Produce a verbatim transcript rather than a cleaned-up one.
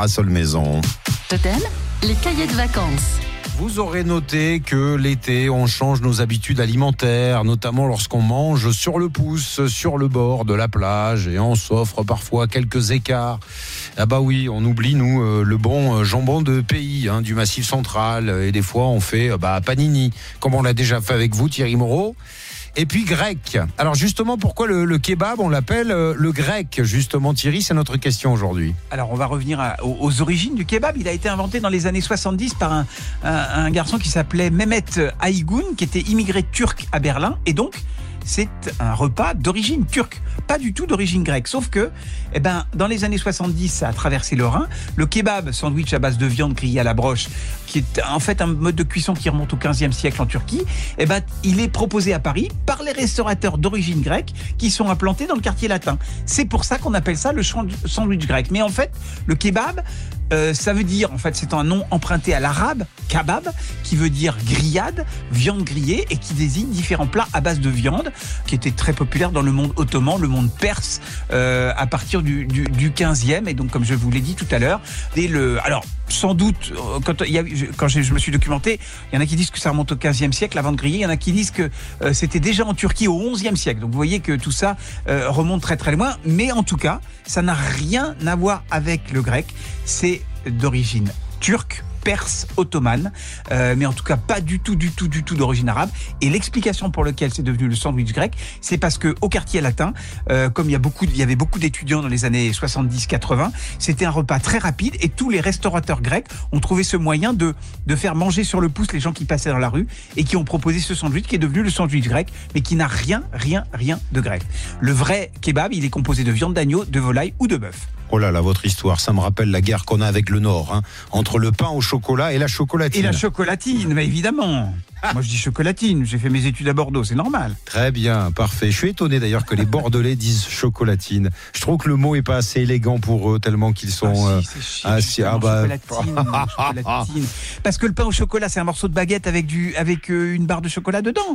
parasol maison. Totem, les cahiers de vacances. Vous aurez noté que l'été, on change nos habitudes alimentaires, notamment lorsqu'on mange sur le pouce, sur le bord de la plage, et on s'offre parfois quelques écarts. Ah bah oui, on oublie, nous, euh, le bon jambon de pays, hein, du Massif central, et des fois on fait euh, bah, panini, comme on l'a déjà fait avec vous, Thierry Moreau. Et puis grec. Alors justement, pourquoi le, le kebab, on l'appelle euh, le grec, justement, Thierry, c'est notre question aujourd'hui. Alors on va revenir à, aux, aux origines du kebab. Il a été inventé dans les années soixante-dix par un, un, un garçon qui s'appelait Mehmet Aygun, qui était immigré turc à Berlin, et donc c'est un repas d'origine turque, pas du tout d'origine grecque. Sauf que, eh ben, dans les années soixante-dix, ça a traversé le Rhin. Le kebab, sandwich à base de viande grillée à la broche, qui est en fait un mode de cuisson qui remonte au quinzième siècle en Turquie, eh ben, il est proposé à Paris par les restaurateurs d'origine grecque qui sont implantés dans le quartier latin. C'est pour ça qu'on appelle ça le sandwich grec. Mais en fait, le kebab, euh, ça veut dire, en fait, c'est un nom emprunté à l'arabe, kabab, qui veut dire grillade, viande grillée, et qui désigne différents plats à base de viande, qui étaient très populaires dans le monde ottoman, le monde perse, euh, à partir du, du, du quinzième. Et donc, comme je vous l'ai dit tout à l'heure, dès le... Alors, sans doute, quand, il y a, quand je, je me suis documenté, il y en a qui disent que ça remonte au quinzième siècle, la viande grillée. Il y en a qui disent que euh, c'était déjà en Turquie au onzième siècle. Donc vous voyez que tout ça euh, remonte très très loin. Mais en tout cas, ça n'a rien à voir avec le grec. C'est d'origine turque, perse, ottomane, euh, mais en tout cas pas du tout, du tout, du tout d'origine arabe. Et l'explication pour laquelle c'est devenu le sandwich grec, c'est parce que au quartier latin, euh, comme il y a beaucoup, il y avait beaucoup d'étudiants dans les années soixante-dix quatre-vingts, c'était un repas très rapide et tous les restaurateurs grecs ont trouvé ce moyen de de faire manger sur le pouce les gens qui passaient dans la rue et qui ont proposé ce sandwich qui est devenu le sandwich grec, mais qui n'a rien, rien, rien de grec. Le vrai kebab, il est composé de viande d'agneau, de volaille ou de bœuf. Oh là là, votre histoire, ça me rappelle la guerre qu'on a avec le Nord, hein, entre le pain au chocolat et la chocolatine. Et la chocolatine, mais évidemment. Moi, je dis chocolatine. J'ai fait mes études à Bordeaux, c'est normal. Très bien, parfait. Je suis étonné d'ailleurs que les Bordelais disent chocolatine. Je trouve que le mot est pas assez élégant pour eux, tellement qu'ils sont. Ah, si, c'est chic, ah, si, ah bah... chocolatine, chocolatine. Parce que le pain au chocolat, c'est un morceau de baguette avec du, avec euh, une barre de chocolat dedans.